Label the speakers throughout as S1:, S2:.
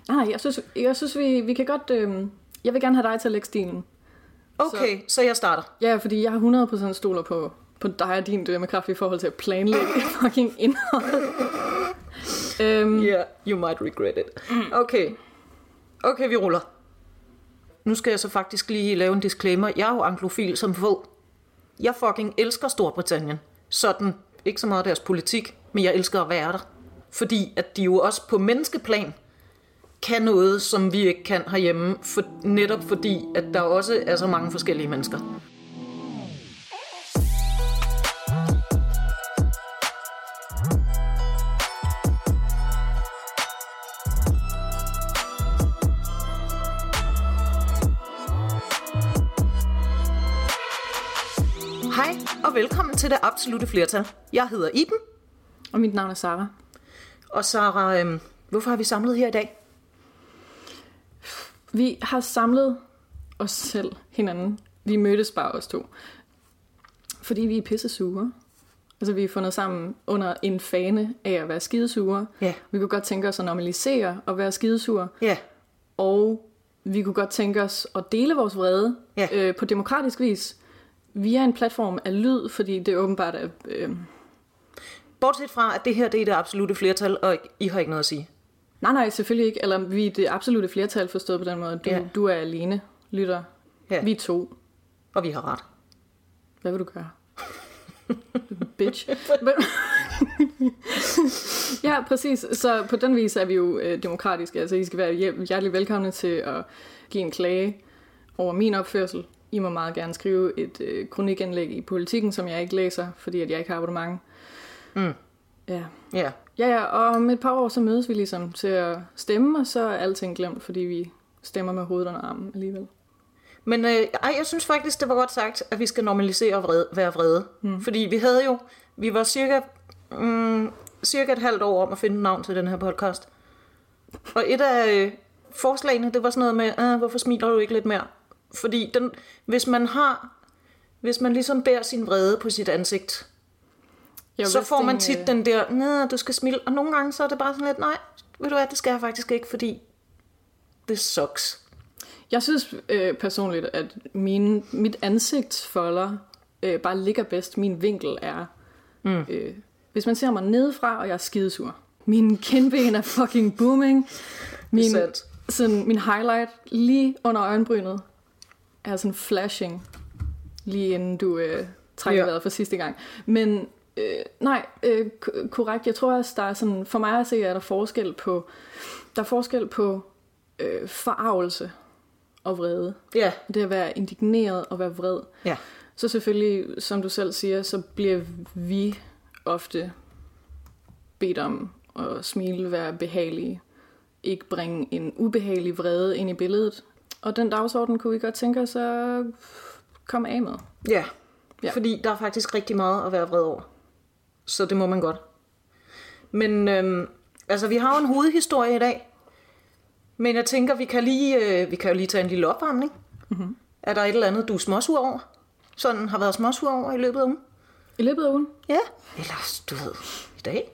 S1: Nej, jeg synes vi kan godt... jeg vil gerne have dig til at lægge stilen.
S2: Okay, så jeg starter.
S1: Ja, fordi jeg har 100% stoler på dig og din dømmekraft i forhold til at planlægge fucking indhold.
S2: Yeah, you might regret it. Okay, vi ruller. Nu skal jeg så faktisk lige lave en disclaimer. Jeg er jo anglofil som få. Jeg fucking elsker Storbritannien. Sådan, ikke så meget deres politik, men jeg elsker at være der. Fordi at de jo også på menneskeplan kan noget, som vi ikke kan herhjemme. Netop fordi, at der også er så mange forskellige mennesker. Hej og velkommen til Det Absolutte Flertal. Jeg hedder Iben.
S1: Og mit navn er Sara.
S2: Og Sara, hvorfor har vi samlet her i dag?
S1: Vi har samlet os selv, hinanden. Vi mødtes bare os to. Fordi vi er pissesure. Altså vi er fundet sammen under en fane af at være skidesure.
S2: Ja.
S1: Vi kunne godt tænke os at normalisere og være skidesure.
S2: Ja.
S1: Og vi kunne godt tænke os at dele vores vrede på demokratisk vis. Via en platform af lyd, fordi det er åbenbart er...
S2: Bortset fra, at det her det er det absolutte flertal, og I har ikke noget at sige.
S1: Nej, selvfølgelig ikke. Eller vi er det absolute flertal forstået på den måde. Du er alene, lytter.
S2: Ja.
S1: Vi er to.
S2: Og vi har ret.
S1: Hvad vil du gøre? Bitch. Ja, præcis. Så på den vis er vi jo demokratiske. Altså, I skal være hjertelig velkomne til at give en klage over min opførsel. I må meget gerne skrive et kronikindlæg i Politikken, som jeg ikke læser, fordi at jeg ikke har abonnement. Ja, og om et par år, så mødes vi ligesom til at stemme, og så er alting glemt, fordi vi stemmer med hovedet under armen alligevel.
S2: Men jeg synes faktisk, det var godt sagt, at vi skal normalisere og være vrede. Fordi vi var cirka et halvt år om at finde navn til den her podcast. Og et af forslagene, det var sådan noget med, hvorfor smiler du ikke lidt mere? Fordi hvis man ligesom bærer sin vrede på sit ansigt, så får man tit den der, du skal smile. Og nogle gange så er det bare sådan lidt, nej, ved du hvad, det skal jeg faktisk ikke, fordi det sucks.
S1: Jeg synes personligt, at mit ansigtsfolder bare ligger bedst. Min vinkel er, hvis man ser mig nedefra, og jeg er skidesur. Min kindben er fucking booming. Min highlight lige under øjenbrynet er sådan flashing, lige inden du trækker vejret for sidste gang. Men korrekt. Jeg tror også, der er sådan, for mig at se, er der forskel på forargelse og vrede.
S2: Ja.
S1: Det at være indigneret og være vred.
S2: Ja.
S1: Så selvfølgelig, som du selv siger, så bliver vi ofte bedt om at smile, være behagelige, ikke bringe en ubehagelig vrede ind i billedet. Og den dagsorden kunne vi godt tænke os at komme af med.
S2: Ja, fordi der er faktisk rigtig meget at være vred over. Så det må man godt. Men vi har jo en hovedhistorie i dag. Men jeg tænker, vi kan jo lige tage en lille opvarmning. Mm-hmm. Er der et eller andet, du er småsur over? Sådan har været småsur over i løbet af ugen?
S1: I løbet af ugen?
S2: Ja. Eller du ved, i dag?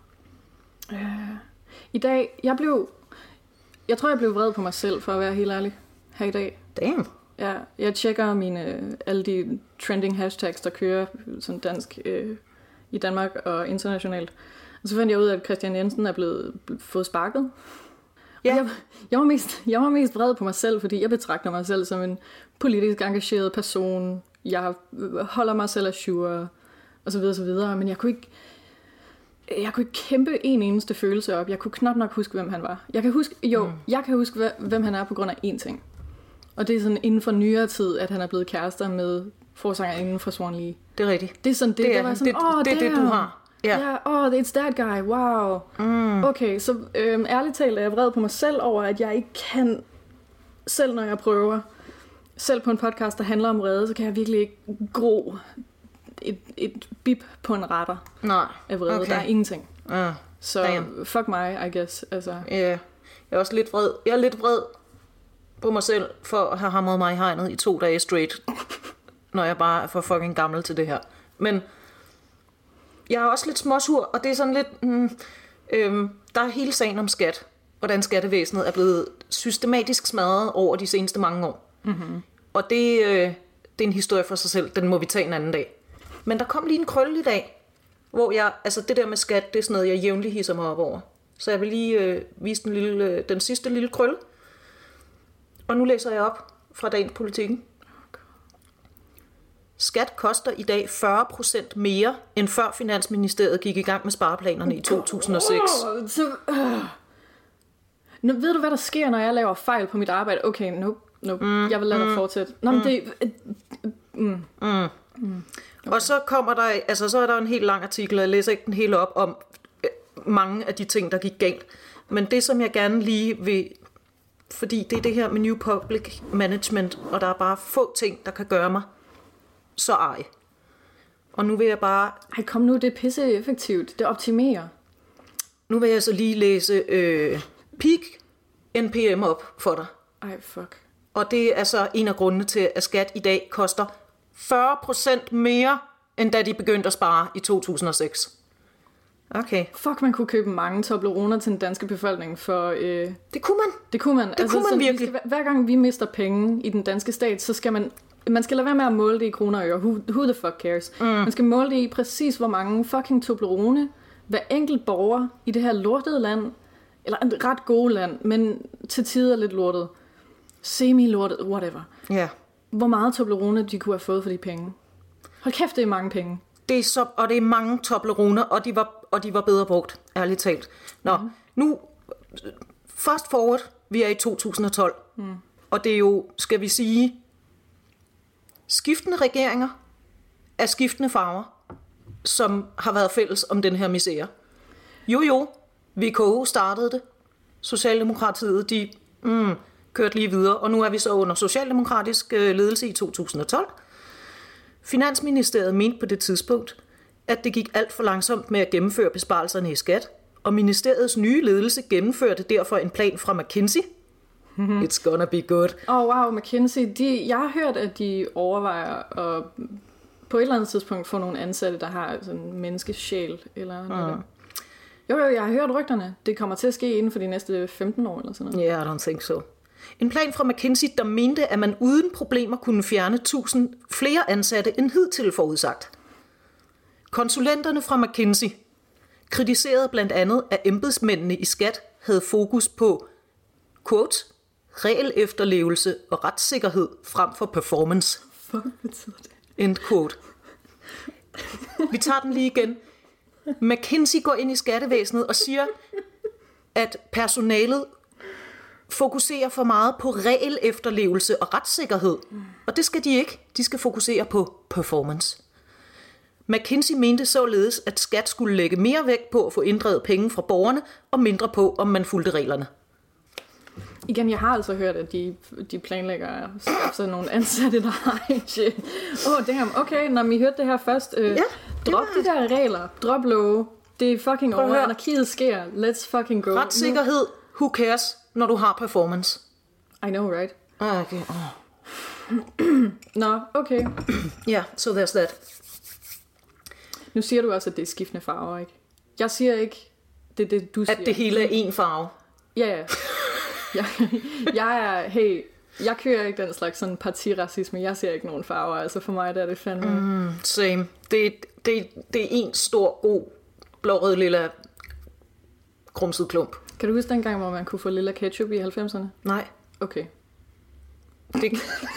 S1: I dag, jeg tror, jeg blev vred på mig selv, for at være helt ærlig, her i dag.
S2: Damn.
S1: Ja, jeg tjekker alle de trending hashtags, der kører sådan dansk i Danmark og internationalt. Og så fandt jeg ud af, at Christian Jensen er fået sparket. Ja. Jeg var mest vred på mig selv, fordi jeg betragter mig selv som en politisk engageret person. Jeg holder mig selv ajour, og så videre, så videre. Men jeg kunne ikke kæmpe en eneste følelse op. Jeg kunne knap nok huske, hvem han var. Jeg kan huske, hvem han er på grund af én ting. Og det er sådan inden for nyere tid, at han er blevet kærester med forsangerinden fra Swan Lee.
S2: Det er rigtigt.
S1: Det er sådan det var sådan,
S2: det er det, du har.
S1: Ja, it's that guy, wow. Okay, så ærligt talt er jeg vred på mig selv over, at jeg ikke kan, selv når jeg prøver, selv på en podcast, der handler om vrede, så kan jeg virkelig ikke gro et bip på en retter af vrede. Okay. Der er ingenting. Så fuck mig, I guess. Altså.
S2: Jeg er også lidt vred. Jeg er lidt vred på mig selv for at have hamret mig i hegnet i 2 dage straight, når jeg bare er for fucking gammel til det her. Men jeg er også lidt småsur, og det er sådan lidt... der er hele sagen om skat. hvordan skattevæsenet er blevet systematisk smadret over de seneste mange år. Mm-hmm. Og det er en historie for sig selv. Den må vi tage en anden dag. Men der kom lige en krølle i dag, hvor det der med skat, det er sådan noget, jeg jævnligt hisser mig op over. Så jeg vil lige vise den sidste lille krølle. Og nu læser jeg op fra dagens Politikken. Skat koster i dag 40% mere, end før Finansministeriet gik i gang med spareplanerne i 2006.
S1: Nu ved du, hvad der sker, når jeg laver fejl på mit arbejde? Okay, nope. Jeg vil lade dig fortsætte. Nå, men det...
S2: Okay. Og så kommer der, så er der en helt lang artikel, og jeg læser ikke den hele op om mange af de ting, der gik galt. Men det, som jeg gerne lige vil... Fordi det er det her med New Public Management, og der er bare få ting, der kan gøre mig så ej. Og nu vil jeg bare...
S1: Ej, kom nu, det er pisse effektivt. Det optimerer.
S2: Nu vil jeg så lige læse peak NPM op for dig.
S1: Ej, fuck.
S2: Og det er altså en af grundene til, at skat i dag koster 40% mere, end da de begyndte at spare i 2006. Okay.
S1: Fuck, man kunne købe mange Tobleroner til den danske befolkning for...
S2: Det kunne man.
S1: Det kunne man.
S2: Det kunne man virkelig.
S1: Hver gang vi mister penge i den danske stat, så skal man skal lade være med at måle det i kroner og øre. Who the fuck cares? Man skal måle det i præcis, hvor mange fucking Toblerone hver enkelt borger i det her lortede land, eller et ret gode land, men til tider lidt lortet, semi-lortet, whatever.
S2: Ja. Yeah.
S1: Hvor meget Toblerone de kunne have fået for de penge. Hold kæft, det er mange penge.
S2: Det er mange Tobleroner, og de var bedre brugt, ærligt talt. Nå, nu, fast forward, vi er i 2012, og det er jo, skal vi sige, skiftende regeringer af skiftende farver, som har været fælles om den her misære. Jo, VKO startede det. Socialdemokratiet, de kørte lige videre, og nu er vi så under socialdemokratisk ledelse i 2012. Finansministeriet mente på det tidspunkt, at det gik alt for langsomt med at gennemføre besparelserne i skat, og ministeriets nye ledelse gennemførte derfor en plan fra McKinsey. It's gonna be good.
S1: Wow, McKinsey, jeg har hørt, at de overvejer at på et eller andet tidspunkt få nogle ansatte, der har sådan en menneskesjæl eller noget. Jo, jeg har hørt rygterne. Det kommer til at ske inden for de næste 15 år eller sådan noget.
S2: Yeah, I don't think so. En plan fra McKinsey, der mente, at man uden problemer kunne fjerne 1000 flere ansatte end hidtil forudsagt. Konsulenterne fra McKinsey kritiserede blandt andet, at embedsmændene i skat havde fokus på, quote, regelefterlevelse og retssikkerhed frem for performance.
S1: Hvad betyder det?
S2: End quote. Vi tager den lige igen. McKinsey går ind i skattevæsenet og siger, at personalet fokuserer for meget på regelefterlevelse og retssikkerhed. Og det skal de ikke. De skal fokusere på performance. McKinsey mente således, at skat skulle lægge mere vægt på at få inddrevet penge fra borgerne, og mindre på, om man fulgte reglerne.
S1: Igen, jeg har altså hørt, at de planlægger at skaffe sig nogle ansatte, der har en shit. Damn, okay, når I hørte det her først. Drop de der regler. Drop love. Det er fucking over. Anarkiet sker. Let's fucking go.
S2: Retssikkerhed. Who cares, når du har performance?
S1: I know, right?
S2: Okay.
S1: Nå, okay.
S2: Ja, so there's that.
S1: Nu siger du også, at det er skiftende farver, ikke? Jeg siger ikke, det er det, du siger.
S2: At det hele er én farve.
S1: Ja. Jeg kører ikke den slags sådan partiracisme. Jeg ser ikke nogen farver. Altså for mig der er det fandme...
S2: Same. Det er en stor, god, blå-rød lilla grumset klump.
S1: Kan du huske den gang, hvor man kunne få lilla ketchup i 90'erne?
S2: Nej.
S1: Okay.
S2: Det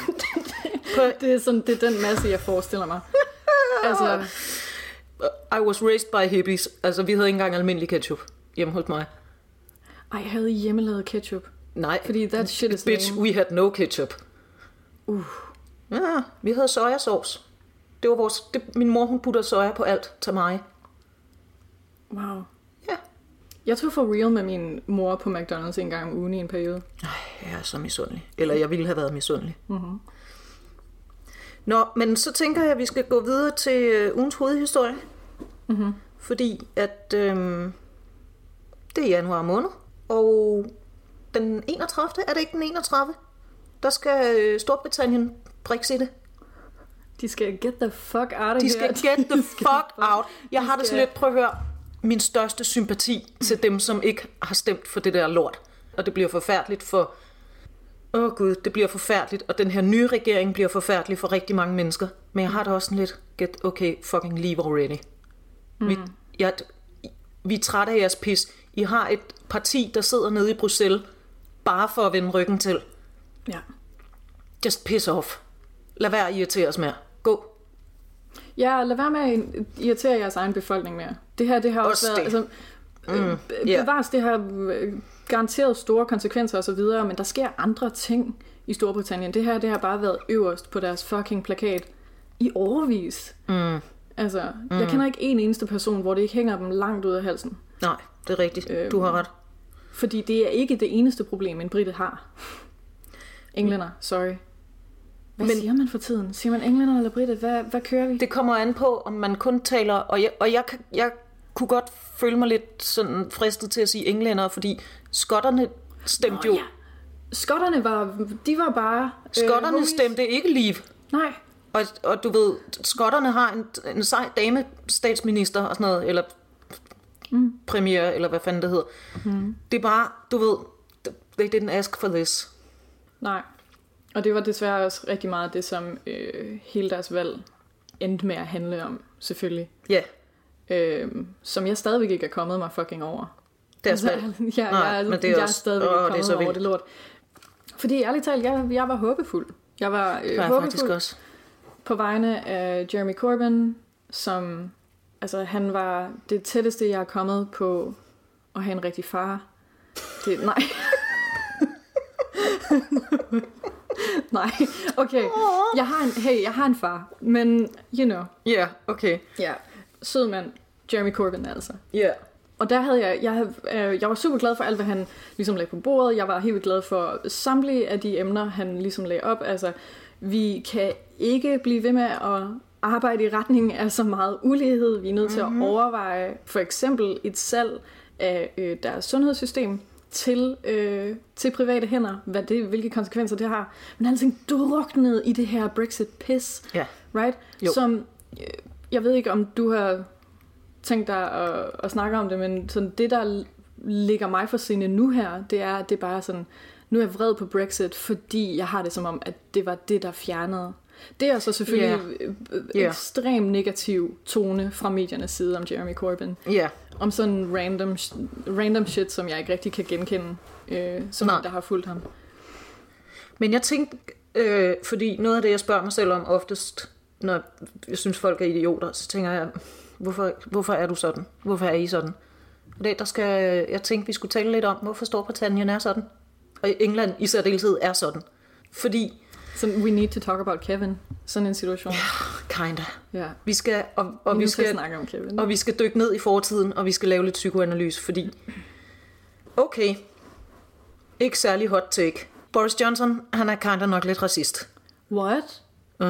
S1: er den masse, jeg forestiller mig. Altså...
S2: I was raised by hippies. Altså, vi havde ikke engang almindelig ketchup hjemme hos mig.
S1: Jeg havde hjemmelavet ketchup.
S2: Nej.
S1: Fordi that shit is
S2: bitch,
S1: lame.
S2: we had no ketchup. Ja, vi havde sojasauce. Det var min mor, hun putter soja på alt til mig.
S1: Wow.
S2: Ja.
S1: Jeg tog for real med min mor på McDonald's en gang om ugen i en periode.
S2: Jeg er så misundelig. Eller jeg ville have været misundelig. Nå, men så tænker jeg, at vi skal gå videre til ugens hovedhistorie. Fordi at det er januar måned. Og den 31. Er det ikke den 31. Der skal Storbritannien brexitte.
S1: De skal get the fuck out of
S2: De skal get the fuck out. Jeg har det så lidt, prøv at høre, min største sympati til dem, som ikke har stemt for det der lort. og det bliver forfærdeligt for... Gud, det bliver forfærdeligt, og den her nye regering bliver forfærdelig for rigtig mange mennesker. Men jeg har da også sådan lidt, okay, fucking leave already. Vi er trætte af jeres pis. I har et parti, der sidder nede i Bruxelles, bare for at vende ryggen til.
S1: Ja.
S2: Just piss off. Lad være at irritere os mere. Gå.
S1: Ja, lad være med at irritere jeres egen befolkning mere. Det her, det har også været... Altså, bevares, det har garanteret store konsekvenser og så videre, men der sker andre ting i Storbritannien. Det her, det har bare været øverst på deres fucking plakat i årevis. Altså, jeg kender ikke en eneste person, hvor det ikke hænger dem langt ud af halsen.
S2: Nej, det er rigtigt. Du har ret.
S1: Fordi det er ikke det eneste problem, en brite har. Englænder, sorry. Hvad siger man for tiden? Siger man englænder eller brite? Hvad kører vi?
S2: Det kommer an på, om man kun taler... Og jeg kunne godt føle mig lidt sådan fristet til at sige englænder, fordi skotterne stemte jo... Ja.
S1: Skotterne var bare...
S2: Skotterne stemte ikke Leave.
S1: Nej.
S2: Og du ved, skotterne har en sej dame statsminister og sådan noget, eller premier, eller hvad fanden det hedder. Det er bare, du ved, they didn't ask for this.
S1: Nej. Og det var desværre også rigtig meget det, som hele deres valg endte med at handle om, selvfølgelig.
S2: Ja.
S1: Som jeg stadigvæk ikke er kommet mig fucking over.
S2: Deres valg?
S1: Jeg er stadigvæk ikke kommet over det lort. Fordi ærligt talt, jeg var håbefuld. Jeg var håbefuld
S2: faktisk også.
S1: På vegne af Jeremy Corbyn, som... Altså, han var det tætteste, jeg er kommet på at have en rigtig far. Nej. Nej, okay. Jeg har en far, men you know.
S2: Ja, yeah, okay.
S1: Ja, sød mand. Jeremy Corbyn altså.
S2: Ja. Yeah.
S1: Og der havde jeg var super glad for alt, hvad han ligesom lagde på bordet. Jeg var helt vildt glad for samtlige af de emner, han ligesom lagde op. Altså, vi kan ikke blive ved med at arbejde i retning af så meget ulighed. Vi er nødt til at overveje for eksempel et salg af deres sundhedssystem til private hænder, hvilke konsekvenser det har. Men alting druknede i det her Brexit-piss, right?
S2: Jo.
S1: Som, jeg ved ikke, om du har tænkt dig at snakke om det, men sådan det, der ligger mig for sinde nu her, det er bare sådan, nu er jeg vred på Brexit, fordi jeg har det som om, at det var det, der fjernede. Det er så selvfølgelig ekstremt negativ tone fra mediernes side om Jeremy Corbyn.
S2: Ja.
S1: Om sådan random shit, som jeg ikke rigtig kan genkende, som der har fulgt ham.
S2: Men jeg tænkte, fordi noget af det, jeg spørger mig selv om oftest, når jeg synes, folk er idioter, så tænker jeg, hvorfor er du sådan? Hvorfor er I sådan? Og der skal jeg tænkte, vi skulle tale lidt om, hvorfor Storbritannien er sådan. Og England i særdeleshed er sådan. Fordi...
S1: So we need to talk about Kevin. Sådan en situation.
S2: Kinda.
S1: Ja.
S2: Vi skal, vi skal
S1: snakke om Kevin.
S2: Og vi skal dykke ned i fortiden, og vi skal lave lidt psykoanalyse, fordi... Okay. Ikke særlig hot take. Boris Johnson, han er kinda nok lidt racist.
S1: What?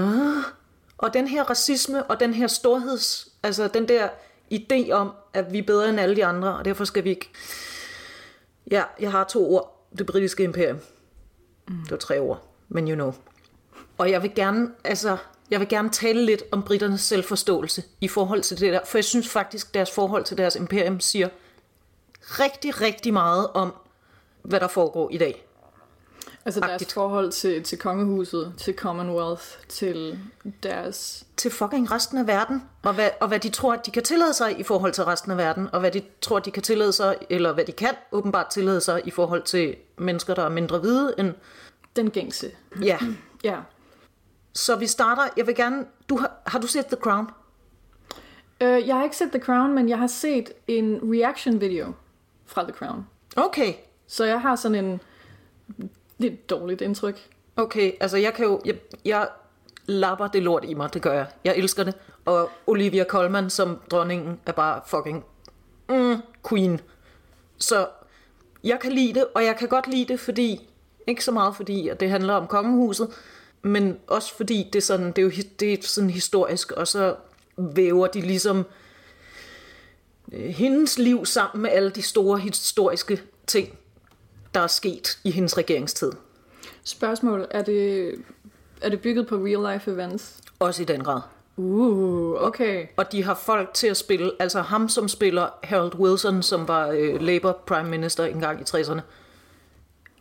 S2: Og den her racisme, og den her storheds... Altså den der idé om, at vi er bedre end alle de andre, og derfor skal vi ikke... Ja, jeg har 2 ord. Det britiske imperium. Det var 3 ord. Men you know. Og jeg vil gerne tale lidt om briternes selvforståelse i forhold til det der, for jeg synes faktisk, deres forhold til deres imperium siger rigtig, rigtig meget om, hvad der foregår i dag.
S1: Altså deres forhold til kongehuset, til Commonwealth, til deres...
S2: Til fucking resten af verden, og hvad de tror, at de kan tillade sig i forhold til resten af verden, og hvad de tror, at de kan tillade sig, eller hvad de kan åbenbart tillade sig i forhold til mennesker, der er mindre hvide end...
S1: Den gængse.
S2: Ja.
S1: Ja.
S2: Så vi starter, jeg vil gerne... Har du set The Crown?
S1: Jeg har ikke set The Crown, men jeg har set en reaction video fra The Crown.
S2: Okay.
S1: Så jeg har sådan en lidt dårligt indtryk.
S2: Okay, altså jeg kan jo... Jeg lapper det lort i mig, det gør jeg. Jeg elsker det. Og Olivia Colman som dronningen er bare fucking queen. Så jeg kan lide det, og jeg kan godt lide det, fordi... Ikke så meget fordi, at det handler om kongehuset, men også fordi det er sådan historisk, og så væver de ligesom hendes liv sammen med alle de store historiske ting, der er sket i hendes regeringstid.
S1: Spørgsmål, er det bygget på real life events?
S2: Også i den grad.
S1: Okay.
S2: Og de har folk til at spille, altså ham som spiller Harold Wilson, som var Labour Prime Minister engang i 60'erne.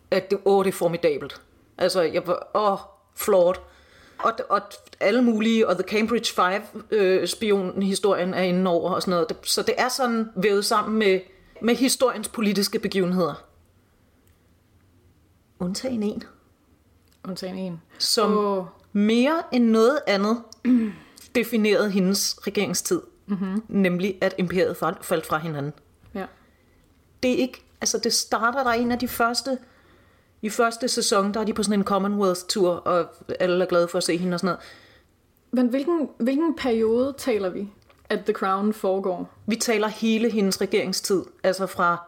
S2: at det er formidabelt. Altså, jeg var, flawed. Og alle mulige, og The Cambridge 5 spionhistorien er inde over og sådan noget. Så det er sådan vævet sammen med historiens politiske begivenheder. Undtagen en. Som mere end noget andet definerede hendes regeringstid. Mm-hmm. Nemlig, at imperiet faldt fra hinanden.
S1: Ja.
S2: Det er ikke, altså det starter der en af de første, i første sæson, der er de på sådan en Commonwealth-tur, og alle er glade for at se hende og sådan noget.
S1: Men hvilken periode taler vi, at The Crown foregår?
S2: Vi taler hele hendes regeringstid, altså fra,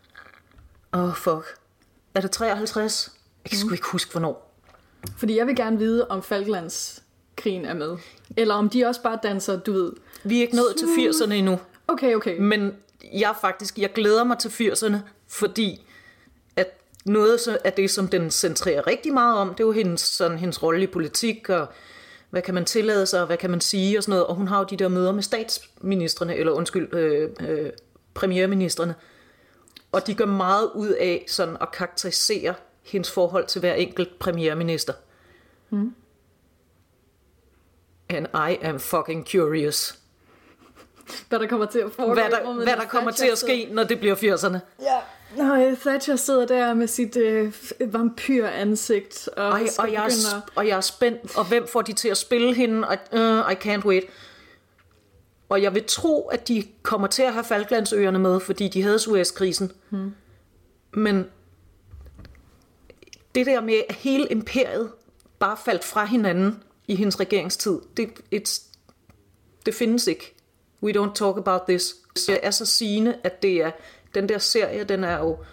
S2: er det 53? Jeg kan sgu ikke huske, hvornår.
S1: Fordi jeg vil gerne vide, om Falklandskrigen er med. Eller om de også bare danser, du ved.
S2: Vi er ikke nået til 80'erne endnu.
S1: Okay.
S2: Men jeg glæder mig til 80'erne, fordi at noget af det, som den centrerer rigtig meget om, det er jo hendes rolle i politik, og hvad kan man tillade sig, og hvad kan man sige, og sådan noget. Og hun har jo de der møder med statsministrene, premierministrene. Og de gør meget ud af sådan at karakterisere hendes forhold til hver enkelt premierminister. Mm. And I am fucking curious.
S1: Hvad der kommer til at foregå.
S2: Hvad der kommer til at ske, når det bliver 80'erne.
S1: Ja. Når Thatcher sidder der med sit vampyransigt. Og
S2: jeg er spændt. Og hvem får de til at spille hende? I can't wait. Og jeg vil tro, at de kommer til at have Falklandsøerne med, fordi de havde Suezkrisen. Hmm. Men det der med, at hele imperiet bare faldt fra hinanden i hendes regeringstid, det findes ikke. We don't talk about this. Det er så sigende, at det er den der serie, den er jo,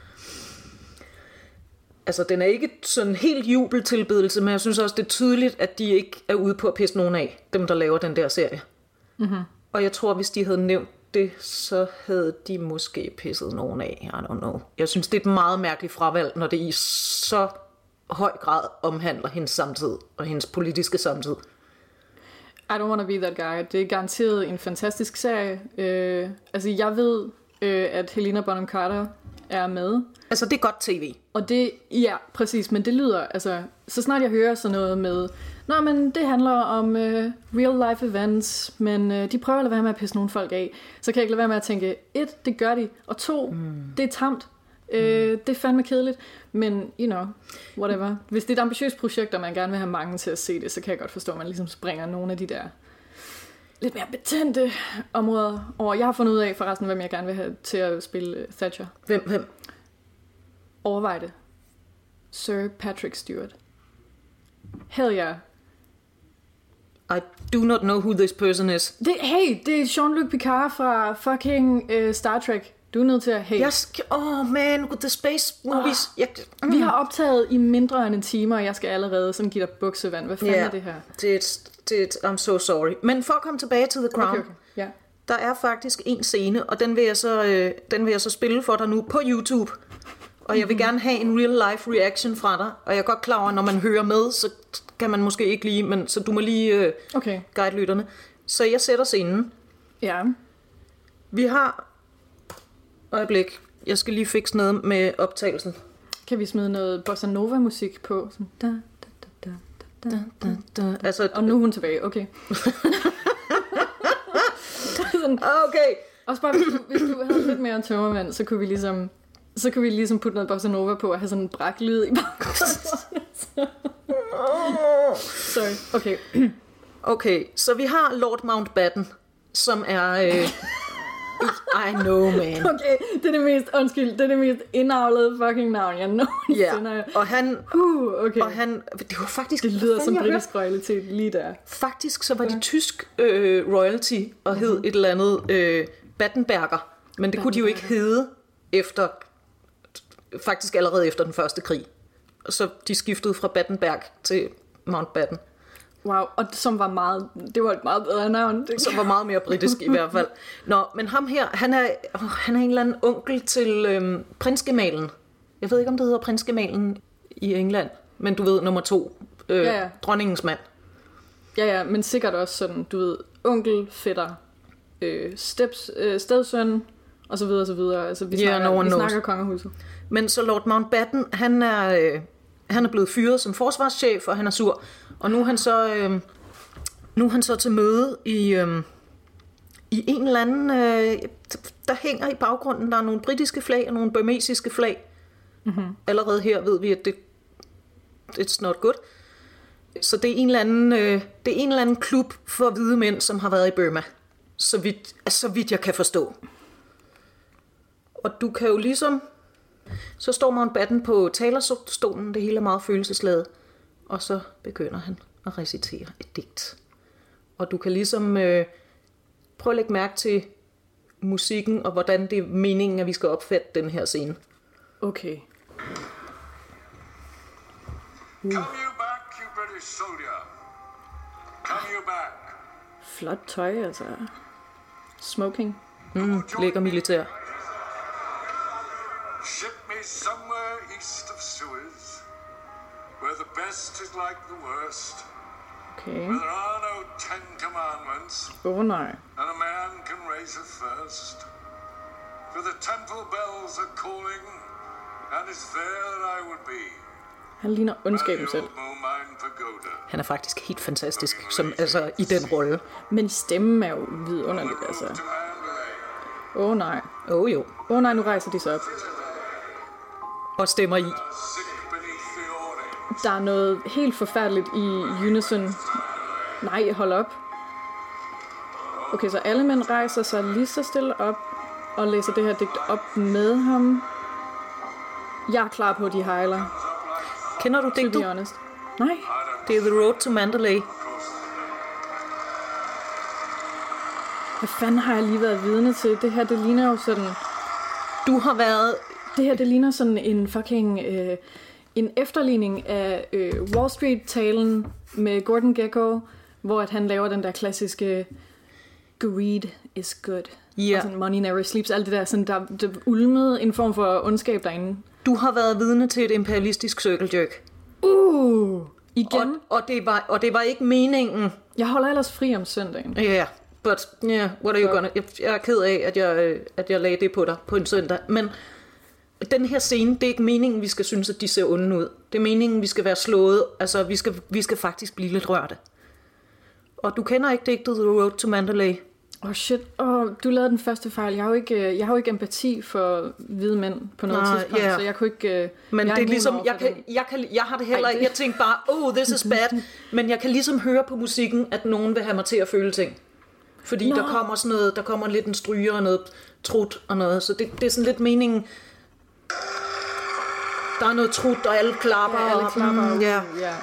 S2: altså den er ikke sådan helt jubeltilbedelse, men jeg synes også, det er tydeligt, at de ikke er ude på at pisse nogen af, dem der laver den der serie. Mm-hmm. Og jeg tror, hvis de havde nævnt det, så havde de måske pisset nogen af. I don't know. Jeg synes, det er et meget mærkeligt fravalg, når det i så høj grad omhandler hendes samtid og hendes politiske samtid.
S1: I don't wanna be that guy. Det er garanteret en fantastisk serie. Altså, jeg ved, at Helena Bonham Carter er med.
S2: Altså, det er godt tv.
S1: Og det, ja, præcis, men det lyder, altså, så snart jeg hører sådan noget med, nå, men det handler om real life events, men de prøver at lade være med at pisse nogle folk af, så kan jeg ikke lade være med at tænke, 1, det gør de, og 2, det er tamt. Det er fandme kedeligt, men you know, whatever. Hvis det er et ambitiøst projekt, og man gerne vil have mange til at se det, så kan jeg godt forstå, at man ligesom springer nogle af de der lidt mere betændte områder over. Jeg har fundet ud af forresten, hvem jeg gerne vil have til at spille Thatcher.
S2: Hvem?
S1: Overvej det. Sir Patrick Stewart. Hell yeah.
S2: I do not know who this person is.
S1: Det er Jean-Luc Picard fra fucking Star Trek. Du er nødt til at... Hey.
S2: Man, with the space movies.
S1: Vi har optaget i mindre end en time, og jeg skal allerede sådan give dig buksevand. Hvad fanden er det her?
S2: I'm so sorry. Men for at komme tilbage til The Crown,
S1: okay. Yeah.
S2: Der er faktisk en scene, og den vil jeg så spille for dig nu på YouTube. Og jeg vil gerne have en real life reaction fra dig. Og jeg er godt klar over, at når man hører med, så kan man måske ikke lige, men så du må lige guide lytterne. Så jeg sætter scenen.
S1: Ja.
S2: Vi har... Øjeblik. Jeg skal lige fikse noget med optagelsen.
S1: Kan vi smide noget bossa nova musik på? Sådan,
S2: Altså,
S1: og nu er hun tilbage. Okay. Sådan.
S2: Okay.
S1: Også bare, hvis du havde lidt mere tømmermand, så kunne vi ligesom putte noget bossa nova på og have sådan en braklyd i baggrunden. Sorry. Okay.
S2: Okay, så vi har Lord Mountbatten, som er... I know, man.
S1: Okay, det er det mest indavlede fucking navn, jeg nogensinde har.
S2: Og han...
S1: okay.
S2: Og han... Det var faktisk...
S1: Det lyder som britisk royalitet lige der.
S2: Faktisk så var de tysk royalty og hed et eller andet Battenberger. Men det kunne de jo ikke hedde efter... Faktisk allerede efter den første krig. Så de skiftede fra Battenberg til Mountbatten.
S1: Wow, og som var det var et meget bedre navn.
S2: Som var meget mere britisk i hvert fald. Nå, men ham her, han er en eller anden onkel til prinsgemalen. Jeg ved ikke, om det hedder prinsgemalen i England, men du ved, nummer 2, dronningens mand.
S1: Ja, men sikkert også sådan, du ved, onkel, fætter, stedsøn, og så videre, og så videre. Altså, vi snakker kongehuset.
S2: Men så Lord Mountbatten, han er blevet fyret som forsvarschef, og han er sur. Og nu er han så til møde i en eller anden... der hænger i baggrunden, der er nogle britiske flag og nogle burmesiske flag. Mm-hmm. Allerede her ved vi, at it's not good. Så det er en eller anden klub for hvide mænd, som har været i Burma. Så vidt jeg kan forstå. Og du kan jo ligesom... Så står Mountbatten på talerstolen, det hele er meget følelsesladet. Og så begynder han at recitere et digt. Og du kan ligesom prøve at lægge mærke til musikken, og hvordan det er meningen, at vi skal opfatte den her scene.
S1: Okay.
S3: Come you back, you British soldier. Come you back.
S1: Flot tøj, altså. Smoking.
S2: Lækker militær.
S3: Ship me somewhere east of Suez, where the best is like the worst,
S1: Okay.
S3: where there are no 10 commandments,
S1: Nej.
S3: and a man can raise a thirst. For the temple bells are calling, and it's there that I would be.
S1: Han ligner ondskaben selv.
S2: Han er faktisk helt fantastisk, altså i den rolle.
S1: Men stemmen er jo vidunderlig, altså. Nej.
S2: Jo.
S1: Nej, nu rejser de sig op.
S2: Og stemmer i.
S1: Der er noget helt forfærdeligt i unison. Nej, hold op. Okay, så alle mænd rejser sig lige så stille op og læser det her digt op med ham. Jeg er klar på, at de hejler.
S2: Kender du digtet?
S1: To be honest. Nej.
S2: Det er The Road to Mandalay.
S1: Hvad fanden har jeg lige været vidne til? Det her, det ligner jo sådan...
S2: Du har været...
S1: Det her, det ligner sådan en fucking... en efterligning af Wall Street-talen med Gordon Gekko, hvor at han laver den der klassiske greed is good.
S2: Ja.
S1: Og sådan money never sleeps. Alt det der, sådan, der ulmede en form for ondskab derinde.
S2: Du har været vidne til et imperialistisk circle jerk.
S1: Igen.
S2: Og det var ikke meningen.
S1: Jeg holder ellers fri om søndagen.
S2: Ja, but yeah, what are you gonna... Jeg er ked af, at jeg lagde det på dig på en søndag. Men den her scene, det er ikke meningen, vi skal synes, at de ser onde ud. Det er meningen, vi skal være slået. Altså, vi skal faktisk blive lidt rørte. Og du kender ikke digtet The Road to Mandalay?
S1: Shit. Du lavede den første fejl. Jeg har jo ikke empati for hvide mænd på noget tidspunkt, så jeg kunne ikke...
S2: Men det er ligesom, jeg har det heller ikke. Jeg tænkte bare, this is bad. Men jeg kan ligesom høre på musikken, at nogen vil have mig til at føle ting. Fordi der kommer sådan noget, der kommer lidt en stryger og noget trut og noget. Så det er sådan lidt meningen... Der er noget trut, og alle klapper.
S1: Ja, alle klapper.
S2: Ja.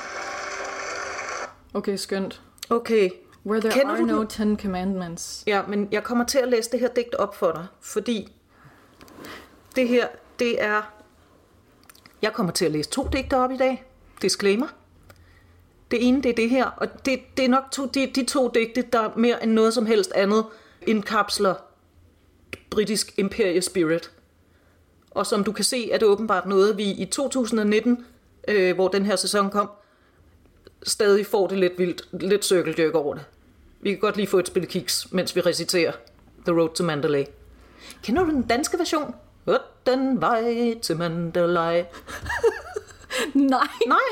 S1: Okay, skønt.
S2: Okay.
S1: Where there are no 10 commandments.
S2: Ja, men jeg kommer til at læse det her digt op for dig, fordi det her, det er... Jeg kommer til at læse 2 digter op i dag. Disclaimer. Det ene, det er det her, og det er nok de 2 digte, der mere end noget som helst andet indkapsler britisk imperiespirit. Og som du kan se, er det åbenbart noget, vi i 2019, hvor den her sæson kom, stadig får det lidt vildt, lidt circle jerk over det. Vi kan godt lige få et spil kiks, mens vi reciterer The Road to Mandalay. Kender du den danske version? Den vej til Mandalay.
S1: Nej.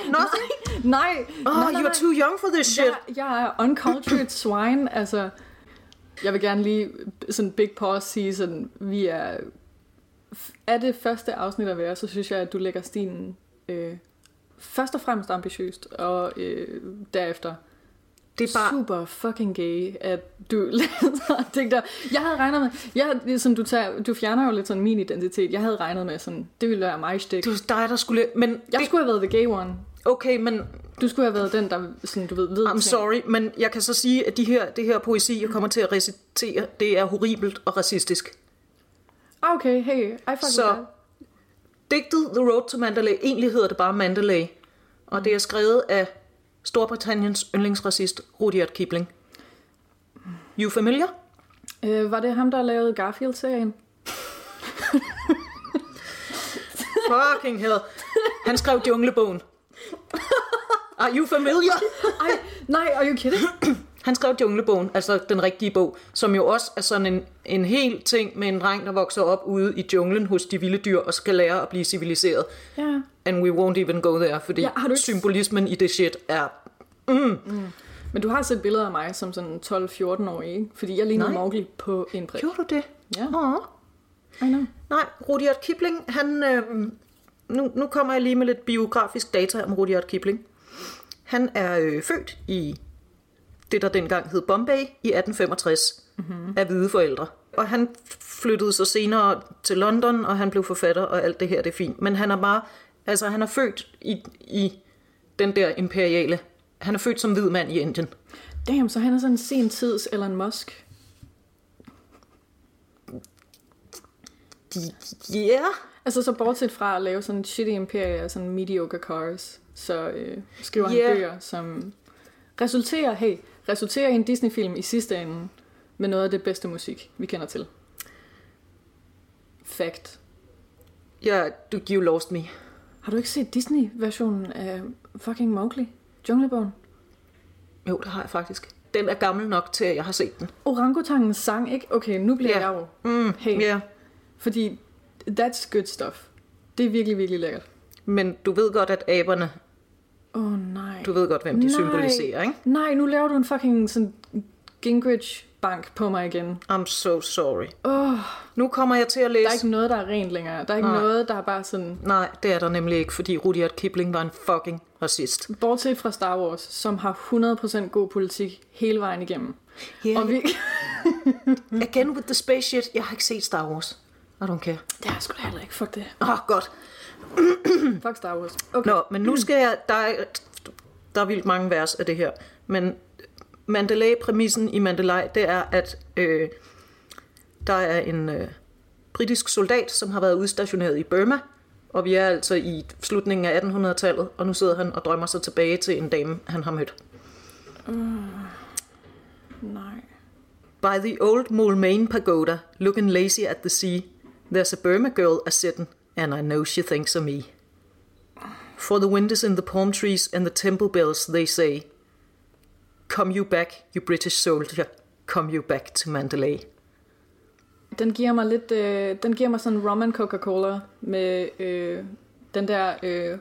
S2: You're too young for this shit.
S1: Jeg er uncultured swine. Altså, jeg vil gerne lige sådan big pause sige sådan, vi er det første afsnit at være, så synes jeg, at du lægger stilen først og fremmest ambitiøst, og derefter det er bare super fucking gay, at du læser. Jeg havde regnet med, du fjerner jo lidt sådan min identitet. Jeg havde regnet med sådan, det ville være mig stik.
S2: Det var dig, der skulle... Men
S1: jeg skulle have været the gay one.
S2: Okay, men...
S1: Du skulle have været den, der sådan, du ved
S2: I'm sorry, men jeg kan så sige, at det her poesi, jeg kommer til at recitere, det er horribelt og racistisk.
S1: Okay, hey, I fucking
S2: så digtet The Road to Mandalay, egentlig hedder det bare Mandalay, og det er skrevet af Storbritanniens yndlingsracist Rudyard Kipling. You familiar?
S1: Var det ham, der lavede Garfield-serien?
S2: Fucking hell. Han skrev Junglebogen. Are you familiar?
S1: Nej, are you kidding?
S2: Han skrev Junglebogen, altså den rigtige bog, som jo også er sådan en hel ting med en dreng, der vokser op ude i junglen hos de vilde dyr og skal lære at blive civiliseret.
S1: Ja.
S2: And we won't even go there, fordi symbolismen i det shit er...
S1: Men du har set billeder af mig som sådan 12-14-årig, ikke? Fordi jeg lignede Mowgli på en prik.
S2: Gjorde du det?
S1: Ja.
S2: I know. Nej, Rudyard Kipling, han... Nu kommer jeg lige med lidt biografisk data om Rudyard Kipling. Han er født i det, der dengang hed Bombay i 1865 af hvide forældre. Og han flyttede så senere til London, og han blev forfatter, og alt det her, det er fint. Men han er bare... Altså, han er født i den der imperiale... Han er født som hvid mand i Indien.
S1: Damn, så han er sådan en sen tids Elon Musk.
S2: Ja. Yeah.
S1: Altså så bortset fra at lave sådan en shitty imperie af sådan mediocre cars, så skriver han bøger, som resulterer i en Disney-film i sidste ende med noget af det bedste musik, vi kender til. Fact.
S2: Ja, you lost me.
S1: Har du ikke set Disney-versionen af fucking Mowgli? Junglebogen?
S2: Jo, det har jeg faktisk. Den er gammel nok til, at jeg har set den.
S1: Orangutangens sang, ikke? Okay, nu bliver jeg jo. Hey. Fordi that's good stuff. Det er virkelig, virkelig lækkert.
S2: Men du ved godt, at aberne...
S1: nej.
S2: Du ved godt, hvem de symboliserer, ikke?
S1: Nej, nu laver du en fucking sådan Gingrich-bank på mig igen.
S2: I'm so sorry. Nu kommer jeg til at læse...
S1: Der er ikke noget, der er rent længere. Der er ikke noget, der er bare sådan...
S2: Nej, det er der nemlig ikke, fordi Rudyard Kipling var en fucking racist.
S1: Bortset fra Star Wars, som har 100% god politik hele vejen igennem.
S2: Yeah.
S1: Og vi...
S2: Again with the space shit. Jeg har ikke set Star Wars. I don't care.
S1: Det har jeg sgu da heller ikke. Fuck det.
S2: Godt.
S1: Fuck Star Wars. Okay.
S2: Nå, men nu skal jeg... Der er vildt mange vers af det her. Men Mandalay-præmissen i Mandalay, det er, at der er en britisk soldat, som har været udstationeret i Burma. Og vi er altså i slutningen af 1800-tallet, og nu sidder han og drømmer sig tilbage til en dame, han har mødt.
S1: Nej.
S2: By the old Moulmein Pagoda, looking lazy at the sea, there's a Burma girl a-sitting, and I know she thinks of me. For the wind is in the palm trees and the temple bells, they say, come you back, you British soldier, come you back to Mandalay.
S1: Den giver mig lidt, den giver mig sådan rum and Coca-Cola med den der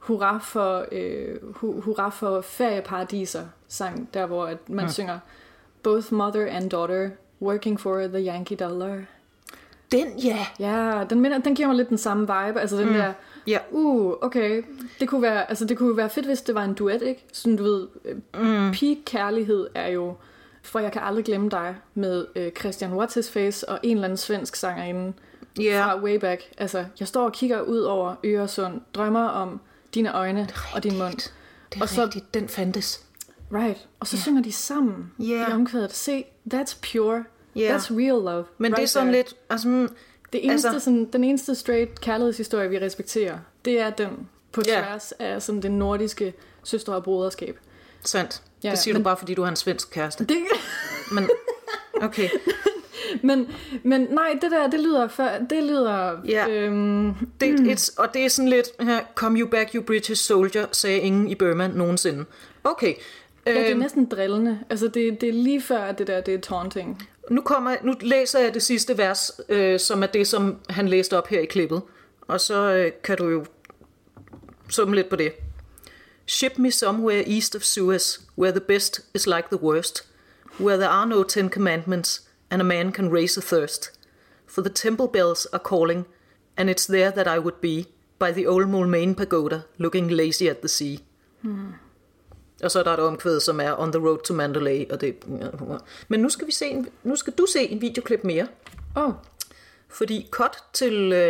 S1: hurra for ferieparadiser sang, der hvor at man synger both mother and daughter working for the Yankee dollar. Ja, den giver mig lidt den samme vibe, altså den der.
S2: Ja.
S1: Okay. Det kunne være fedt, hvis det var en duet, ikke? Sådan du ved, peak kærlighed er jo For jeg kan aldrig glemme dig med Christian What's His Face og en eller anden svensk sangerinde fra way back. Altså, jeg står og kigger ud over Øresund, drømmer om dine øjne og din mund.
S2: Det er rigtigt, den fandtes.
S1: Right. Og så synger de sammen i omkvædet. Se, that's pure. That's real love.
S2: Men det er sådan lidt... Altså,
S1: den eneste straight kærlighedshistorie, vi respekterer, det er den på tværs af sådan det nordiske søstre- og broderskab.
S2: Sandt. Ja, det siger du bare, fordi du har en svensk kæreste.
S1: Det...
S2: Men, okay.
S1: men nej, det der, det lyder...
S2: Og det er sådan lidt, come you back, you British soldier, sagde ingen i Burma nogensinde. Okay.
S1: Ja, det er næsten drillende. Altså, det er lige før, at det er taunting.
S2: Nu læser jeg det sidste vers, som er det, som han læste op her i klippet. Og så kan du jo summe lidt på det. Ship me somewhere east of Suez, where the best is like the worst, where there are no 10 commandments, and a man can raise a thirst. For the temple bells are calling, and it's there that I would be, by the old Moulmein Pagoda, looking lazy at the sea. Og så er der et omkvæd, som er On the Road to Mandalay. Og det... Men nu skal du se en videoklip mere. Fordi cut til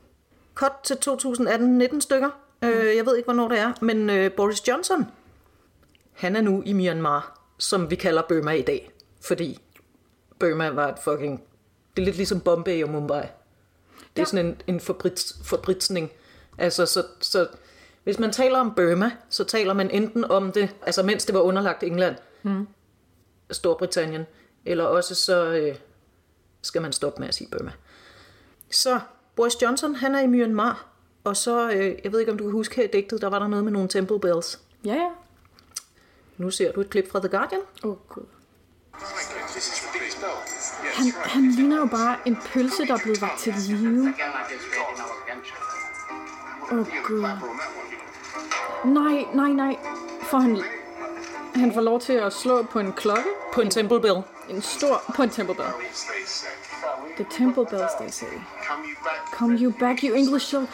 S2: 2018-19 stykker. Jeg ved ikke, hvornår det er. Men Boris Johnson, han er nu i Myanmar, som vi kalder Burma i dag. Fordi Burma var et fucking... Det er lidt ligesom Bombay og Mumbai. Det er sådan en forbritsning. Altså, så hvis man taler om Burma, så taler man enten om det, altså mens det var underlagt England, Storbritannien, eller også så skal man stoppe med at sige Burma. Så Boris Johnson, han er i Myanmar, og så, jeg ved ikke om du kan huske her i digtet, der var der noget med nogle temple bells.
S1: Ja.
S2: Nu ser du et klip fra The Guardian.
S1: Gud. Han ligner jo bare en pølse, der er blevet vagt til live. Gud. Nej. Han får lov til at slå på en klokke.
S2: På en temple bell.
S1: På en temple bell. The temple bells, they say. Come you back, you English show.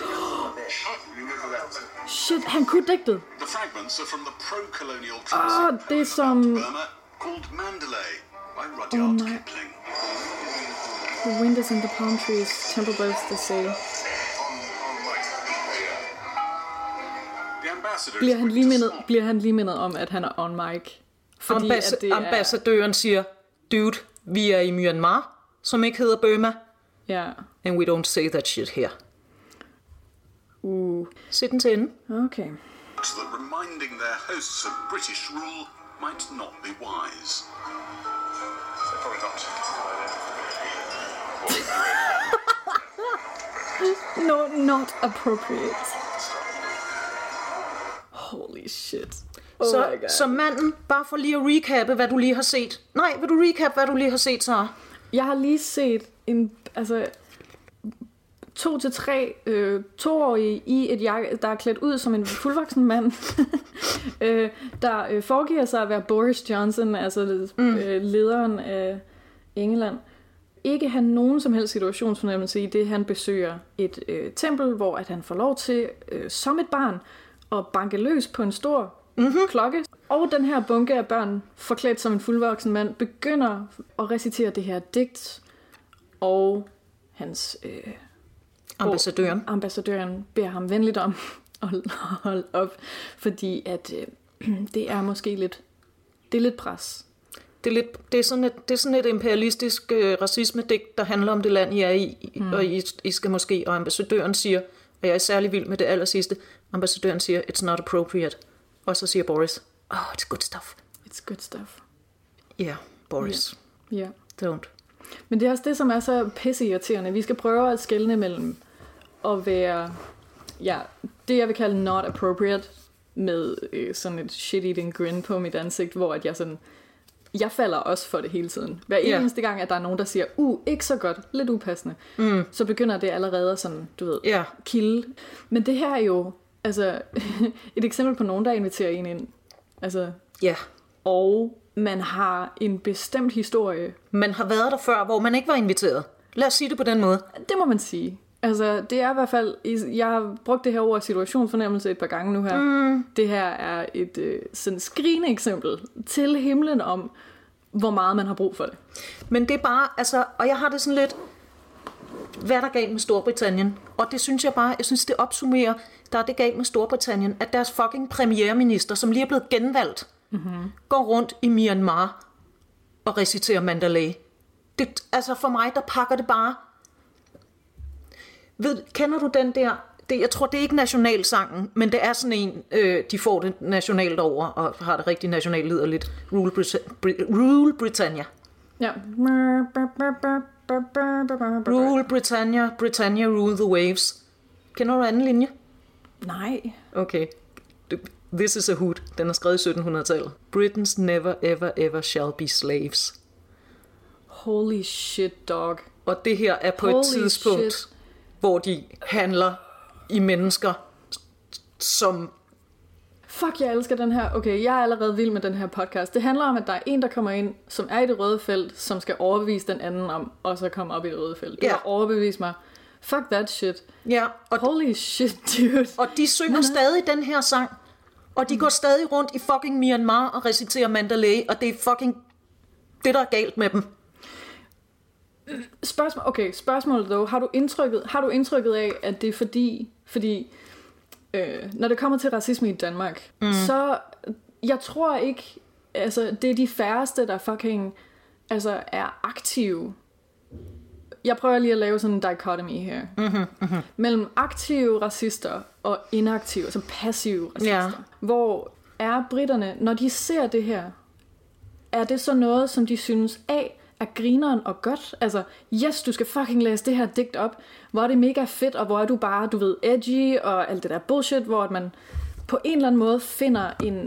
S1: Shit, han kunne digtet.
S4: The fragments are from the pro-colonial
S1: det er som...
S4: Burma called Mandalay by Rudyard Kipling.
S1: The wind is in the palm trees, temple bells, they say. Bliver han lige mindet om, at han er on mic? Fordi
S2: ambassadøren siger, dude, vi er i Myanmar, som ikke hedder Burma.
S1: Ja.
S2: And we don't say that shit here. Sæt den til ende.
S1: Okay.
S4: So that reminding their hosts of British rule might not be wise.
S3: Probably not.
S1: No, not appropriate. Holy shit.
S2: Så manden, bare for lige at recappe, hvad du lige har set. Nej, vil du recap, hvad du lige har set, Sara?
S1: Jeg har lige set 2 til 3 toårige i et jakke, der er klædt ud som en fuldvoksen mand, der foregiver sig at være Boris Johnson, altså lederen af England. Ikke have nogen som helst situationsfornemmelse i det, han besøger et tempel, hvor at han får lov til, som et barn, at banke løs på en stor klokke. Og den her bunke af børn, forklædt som en fuldvoksen mand, begynder at recitere det her digt, og hans... Ambassadøren beder ham venligt om at holde op, fordi at det er måske lidt pres.
S2: Det er sådan et imperialistisk racisme-digt, der handler om det land, I er i, og I skal måske, og ambassadøren siger, og jeg er særlig vild med det allersidste, ambassadøren siger, it's not appropriate, og så siger Boris, it's good stuff.
S1: It's good stuff.
S2: Ja, Boris.
S1: Ja.
S2: Don't.
S1: Men det er også det, som er så pisseirriterende. Vi skal prøve at skelne mellem at være, det jeg vil kalde not appropriate, med sådan et shit-eating grin på mit ansigt, hvor at jeg falder også for det hele tiden. Hver eneste gang, at der er nogen, der siger, ikke så godt, lidt upassende, så begynder det allerede sådan, du ved, kilde. Men det her er jo, altså, et eksempel på nogen, der inviterer en ind. Altså, og man har en bestemt historie.
S2: Man har været der før, hvor man ikke var inviteret. Lad os sige det på den måde.
S1: Det må man sige. Altså, det er i hvert fald... Jeg har brugt det her ord situationsfornemmelse et par gange nu her. Det her er et sådan skrigende eksempel til himlen om, hvor meget man har brug for det.
S2: Men det er bare... Altså, og jeg har det sådan lidt... Hvad er der galt med Storbritannien? Og det synes jeg synes det opsummerer, der er det galt med Storbritannien, at deres fucking premierminister, som lige er blevet genvalgt, går rundt i Myanmar og reciterer Mandalay. Det, altså for mig, der pakker det bare... Kender du den der... Jeg tror, det er ikke nationalsangen, men det er sådan en, de får det nationalt over, og har det rigtig nationalt liderligt. Rule Britannia.
S1: Ja.
S2: Rule Britannia, Britannia rule the waves. Kender du anden linje?
S1: Nej.
S2: Okay. This is a hoot. Den er skrevet i 1700-tallet. Britons never ever ever shall be slaves.
S1: Holy shit, dog.
S2: Og det her er på et tidspunkt, hvor de handler i mennesker, som...
S1: Fuck, jeg elsker den her. Okay, jeg er allerede vild med den her podcast. Det handler om, at der er en, der kommer ind, som er i det røde felt, som skal overbevise den anden om, og så komme op i det røde felt. Det har overbevist mig. Fuck that shit.
S2: Ja, og
S1: holy shit, dude.
S2: Og de synger stadig den her sang, og de går stadig rundt i fucking Myanmar og reciterer Mandalay, og det er fucking det, der er galt med dem.
S1: Spørgsmålet dog. Har du indtrykket af, at det er fordi når det kommer til racisme i Danmark, så jeg tror ikke, altså det er de færreste, der fucking er aktive. Jeg prøver lige at lave sådan en dichotomy her. Mellem aktive racister og inaktive, altså passive racister. Hvor er britterne, når de ser det her, er det så noget, som de synes er grineren og godt? Altså, yes, du skal fucking læse det her digt op. Hvor er det mega fedt, og hvor er du bare, du ved, edgy og alt det der bullshit, hvor man på en eller anden måde finder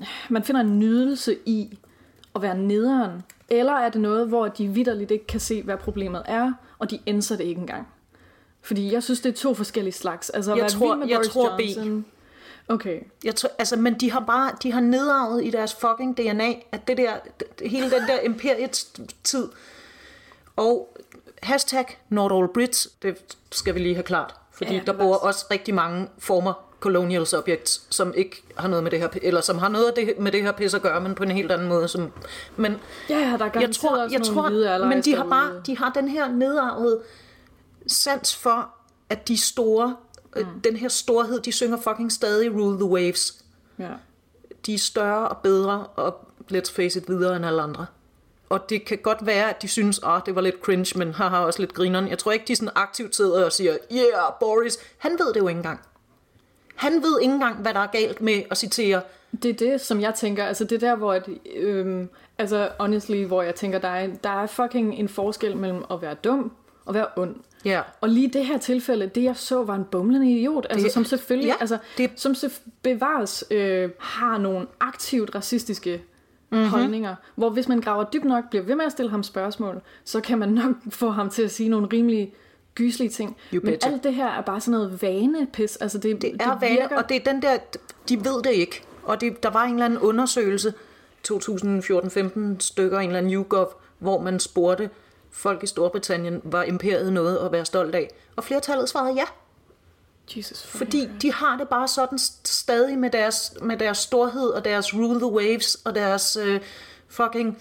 S1: man finder en nydelse i at være nederen, eller er det noget, hvor de vitterligt ikke kan se, hvad problemet er, og de ændrer det ikke engang? Fordi jeg synes, det er 2 forskellige slags. Altså,
S2: jeg tror B.
S1: Okay.
S2: Men de har nedarvet i deres fucking DNA, at det der, hele den der imperietid, og #NotAllBrits, det skal vi lige have klart, fordi der bor også rigtig mange former colonial subjects, som ikke har noget med det her, eller som har noget med det her pis at gøre, men på en helt anden måde. Men
S1: der er garanteret også nogle hvide
S2: men de har den her nedarvede sans for, at de store, den her storhed, de synger fucking stadig Rule the Waves.
S1: Ja.
S2: De er større og bedre, og let's face it, videre end alle andre. Og det kan godt være, at de synes, det var lidt cringe, men har også lidt grineren. Jeg tror ikke, de sådan aktivt sidder og siger, yeah, Boris. Han ved det jo ikke engang. Han ved ikke engang, hvad der er galt med at citere.
S1: Det er det, som jeg tænker. Altså det der, hvor honestly, hvor jeg tænker, der er fucking en forskel mellem at være dum og være ond.
S2: Ja.
S1: Og lige det her tilfælde, det jeg så, var en bumlende idiot, som selvfølgelig, som bevares har nogle aktivt racistiske holdninger, hvor hvis man graver dybt nok, bliver ved med at stille ham spørgsmål, så kan man nok få ham til at sige nogle rimelig gyselige ting. Men alt det her er bare sådan noget vanepis. Altså det er vane,
S2: virker... og det er den der, de ved det ikke. Og der var en eller anden undersøgelse, 2014-15 stykker, en eller anden YouGov, hvor man spurgte folk i Storbritannien, var imperiet noget at være stolt af? Og flertallet svarede ja.
S1: Jesus,
S2: fordi de har det bare sådan stadig med deres storhed og deres rule the waves og deres fucking...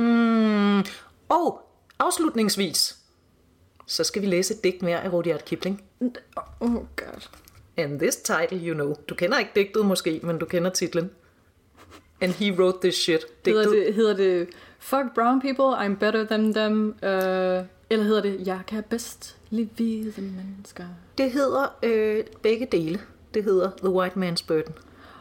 S2: Og afslutningsvis, så skal vi læse et digt mere af Rudyard Kipling.
S1: Oh god.
S2: And this title, you know. Du kender ikke digtet måske, men du kender titlen. And he wrote this shit.
S1: Hedder det Fuck brown people, I'm better than them? Eller hedder det Jeg kan bedst lide hvide mennesker?
S2: Det hedder begge dele. Det hedder The White Man's Burden.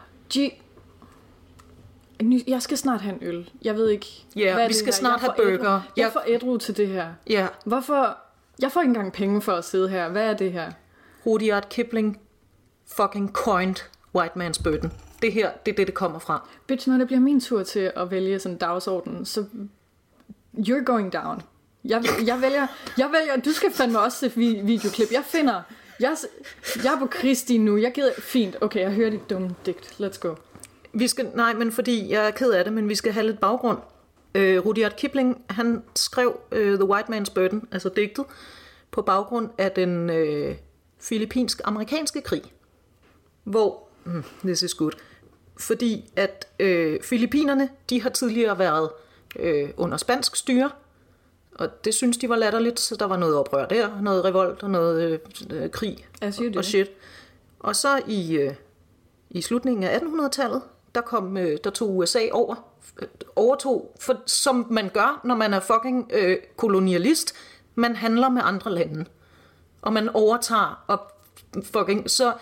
S1: Jeg skal snart have en øl. Jeg ved ikke,
S2: hvad vi skal her. Snart have burger.
S1: Jeg får ædru til det her.
S2: Ja.
S1: Hvorfor? Jeg får ikke engang penge for at sidde her. Hvad er det her?
S2: Rudyard Kipling fucking coined White Man's Burden. Det her, det er det kommer fra.
S1: Bitch, når det bliver min tur til at vælge sådan en dagsorden, så you're going down. Jeg vælger, du skal fandme også se videoklip. Jeg er på Kristi nu. Jeg gider, fint, okay, jeg hører dit dumme digt. Let's go.
S2: Men fordi jeg er ked af det, men vi skal have lidt baggrund. Rudyard Kipling, han skrev The White Man's Burden, altså digtet, på baggrund af den filippinsk-amerikanske krig. Hvor, this is good, fordi at Filippinerne, de har tidligere været under spansk styre, og det synes de var latterligt, så der var noget oprør der, noget revolt og noget krig og shit. Og så i slutningen af 1800-tallet, der tog USA overtog, som man gør, når man er fucking kolonialist. Man handler med andre lande, og man overtager og fucking så.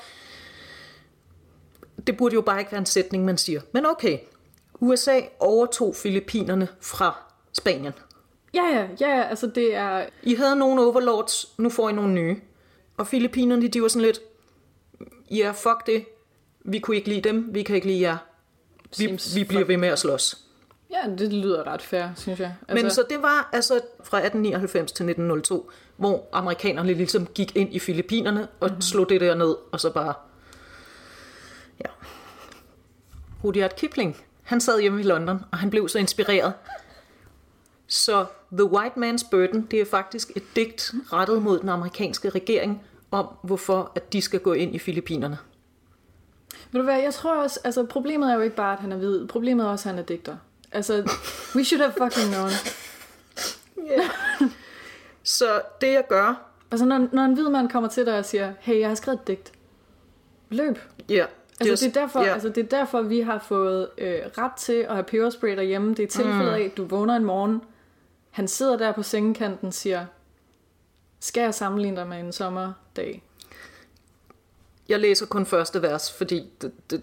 S2: Det burde jo bare ikke være en sætning, man siger. Men okay, USA overtog Filippinerne fra Spanien.
S1: Ja, altså det er...
S2: I havde nogle overlords, nu får I nogle nye. Og Filippinerne, de var sådan lidt, ja, fuck det. Vi kunne ikke lide dem, vi kan ikke lide jer. Vi bliver ved med at slås.
S1: Ja, det lyder ret fair, synes jeg. Altså...
S2: Men så det var altså fra 1899 til 1902, hvor amerikanerne ligesom gik ind i Filippinerne og slog det der ned, og så bare... Ja. Rudyard Kipling, han sad hjemme i London, og han blev så inspireret. Så The White Man's Burden, det er faktisk et digt rettet mod den amerikanske regering, om hvorfor at de skal gå ind i Filippinerne.
S1: Ved du hvad, jeg tror også, altså problemet er jo ikke bare, at han er hvid. Problemet er også, at han er digter. Altså, we should have fucking known.
S2: Yeah. Så det jeg gør...
S1: Altså, når en hvid mand kommer til dig og siger, hey, jeg har skrevet et digt. Løb.
S2: Ja. Yeah.
S1: Altså, det er derfor, vi har fået ret til at have peberspray derhjemme. Det er tilfældet af, at du vågner en morgen. Han sidder der på sengekanten og siger, skal jeg sammenligne dig med en sommerdag?
S2: Jeg læser kun første vers, fordi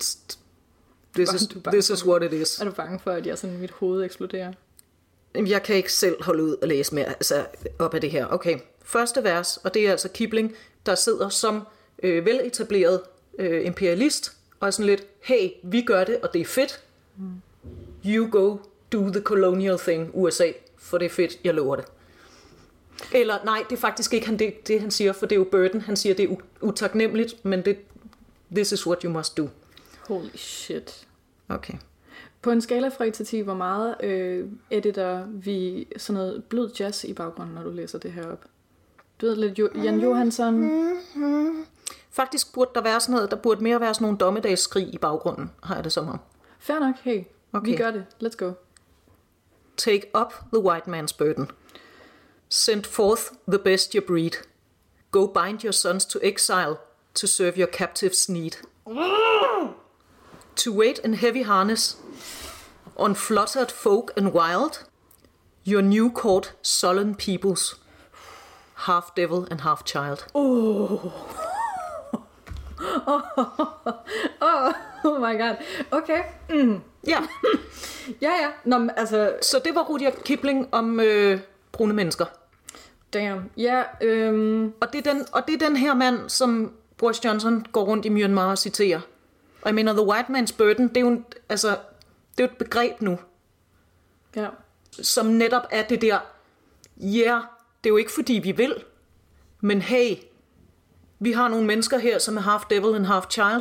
S2: this is what it is.
S1: Er du bange for, at mit hoved eksploderer?
S2: Jeg kan ikke selv holde ud og læse mere op af det her. Okay, første vers, og det er altså Kipling, der sidder som veletableret imperialist, og er sådan lidt, hey, vi gør det, og det er fedt. You go do the colonial thing, USA, for det er fedt, jeg lover det. Eller nej, det er faktisk ikke det han siger, for det er jo Burton. Han siger, det er utaknemmeligt, men this is what you must do.
S1: Holy shit.
S2: Okay.
S1: På en skala fra 1 til 10, hvor meget editor vi sådan noget blød jazz i baggrunden, når du læser det her op? Du ved lidt Jan Johansson.
S2: Faktisk burde der være sådan noget, der burde mere være sådan nogle dommedagsskrig i baggrunden, har jeg det som om.
S1: Fair nok, hey.
S2: Okay.
S1: Vi gør det. Let's go.
S2: Take up the white man's burden. Send forth the best you breed. Go bind your sons to exile to serve your captives' need. To wait in heavy harness on fluttered folk and wild, your new court sullen peoples, half devil and half child.
S1: Oh my god. Okay.
S2: Ja.
S1: Ja. Nå, men altså...
S2: Så det var Rudyard Kipling om brune mennesker.
S1: Damn. Ja,
S2: Og det er den her mand, som Boris Johnson går rundt i Myanmar og citerer. Og jeg mener, the white man's burden, det er jo det er et begreb nu,
S1: Ja.
S2: som netop er det der, det er jo ikke fordi vi vil, men hey, vi har nogle mennesker her, som er half devil and half child.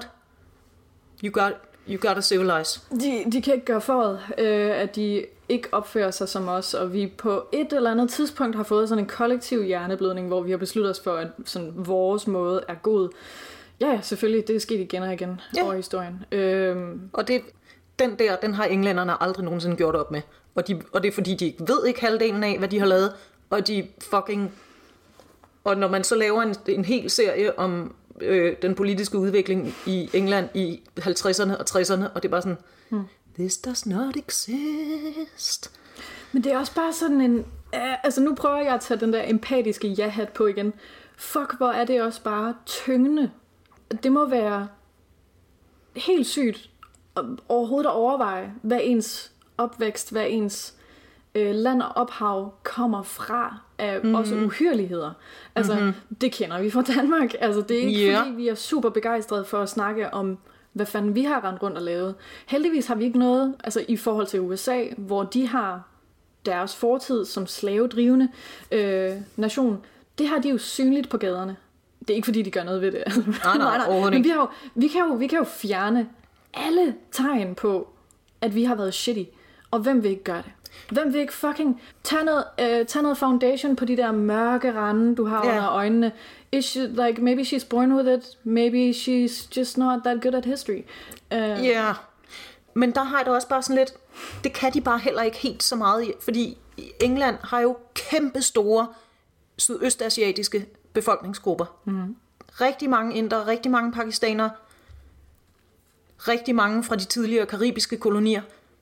S2: You gotta civilize.
S1: De kan ikke gøre for, at de ikke opfører sig som os, og vi på et eller andet tidspunkt har fået sådan en kollektiv hjerneblødning, hvor vi har besluttet os for, at sådan, vores måde er god. Ja, selvfølgelig, det er sket igen og igen over historien.
S2: Og den har englænderne aldrig nogensinde gjort op med. Og det er fordi, de ved ikke halvdelen af, hvad de har lavet, og de fucking... Og når man så laver en hel serie om den politiske udvikling i England i 50'erne og 60'erne, og det er bare sådan, this does not exist.
S1: Men det er også bare sådan en... altså nu prøver jeg at tage den der empatiske ja-hat på igen. Fuck, hvor er det også bare tyngende. Det må være helt sygt overhovedet at overveje, hvad ens opvækst, hvad ens land og ophav kommer fra af også uhyreligheder. Altså, det kender vi fra Danmark. Altså, det er ikke fordi, vi er super begejstrede for at snakke om, hvad fanden vi har rendt rundt og lavet. Heldigvis har vi ikke noget, altså i forhold til USA, hvor de har deres fortid som slavedrivende nation. Det har de jo synligt på gaderne. Det er ikke fordi, de gør noget ved det.
S2: Nej.
S1: Men vi kan jo fjerne alle tegn på, at vi har været shitty. Og hvem vil ikke gøre det? Hvem vil ikke fucking tage noget foundation på de der mørke rande, du har under øjnene? Maybe she's born with it. Maybe she's just not that good at history.
S2: Men der har jeg da også bare sådan lidt, det kan de bare heller ikke helt så meget i, fordi England har jo kæmpe store sydøstasiatiske befolkningsgrupper. Rigtig mange indere, rigtig mange pakistanere, rigtig mange fra de tidligere karibiske kolonier.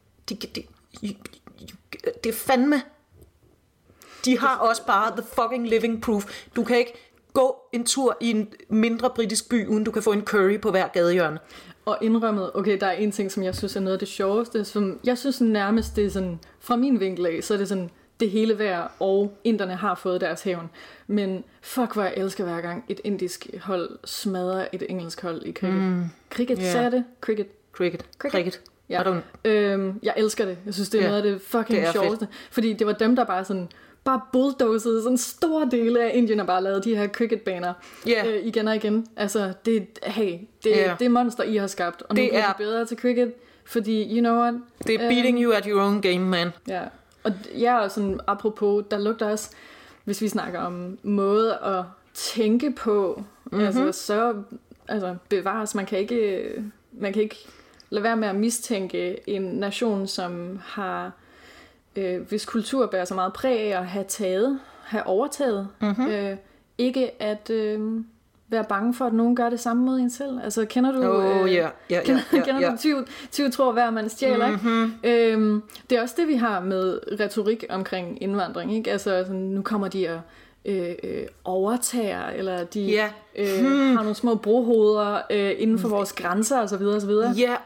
S2: Det er fandme. De har også bare the fucking living proof. Du kan ikke gå en tur i en mindre britisk by, uden du kan få en curry på hver gadehjørne.
S1: Og indrømmet, okay, der er en ting, som jeg synes er noget af det sjoveste, som jeg synes nærmest, det er sådan, fra min vinkel af, så er det sådan, det hele værd, og inderne har fået deres hævn. Men fuck, hvor jeg elsker hver gang et indisk hold smadrer et engelsk hold i cricket. Cricket, sagde det? Cricket. Ja. Jeg elsker det. Jeg synes, det er noget af det fucking sjoveste. Fordi det var dem, der bare bulldozede sådan store dele af Indien og bare lavede de her cricketbaner igen og igen. Altså, det er monster, I har skabt. Og nu bliver de bedre til cricket, fordi, you know what?
S2: Det er beating you at your own game, man.
S1: Ja, og sådan apropos, der lugter også, hvis vi snakker om måde at tænke på, så bevares, man kan ikke lade være med at mistænke en nation, som har hvis kultur bærer så meget præg af at have overtaget. Ikke at være bange for, at nogen gør det samme mod en selv. Altså, kender du... Kender du 20 tror hver man stjæler, ikke? Det er også det, vi har med retorik omkring indvandring, ikke? Altså, sådan, nu kommer de og overtager, eller de har nogle små brohoveder inden for vores grænser, og så videre, og så videre.
S2: Ja,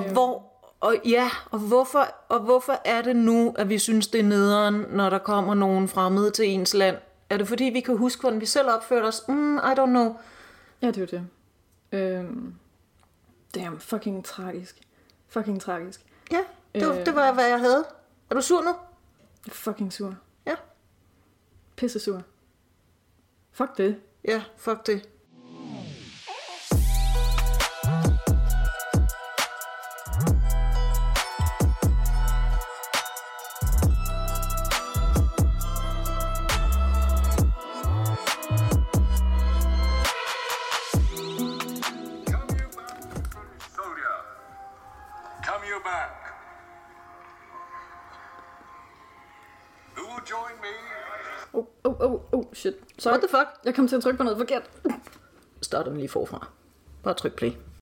S2: og hvorfor er det nu, at vi synes, det er nederen, når der kommer nogen fremmede til ens land? Er det fordi, vi kan huske, hvordan vi selv opførte os? I don't know.
S1: Ja, det er jo det. Damn, fucking tragisk.
S2: Ja, det var, hvad jeg havde. Er du sur nu?
S1: Jeg er fucking sur.
S2: Ja.
S1: Pisse sur. Fuck det.
S2: Ja, fuck det.
S3: Come you back. Who will join me?
S1: Shit. Sorry.
S2: What the fuck?
S1: Jeg kom til at trykke på noget forkert.
S2: Starter den lige forfra. Bare tryk play.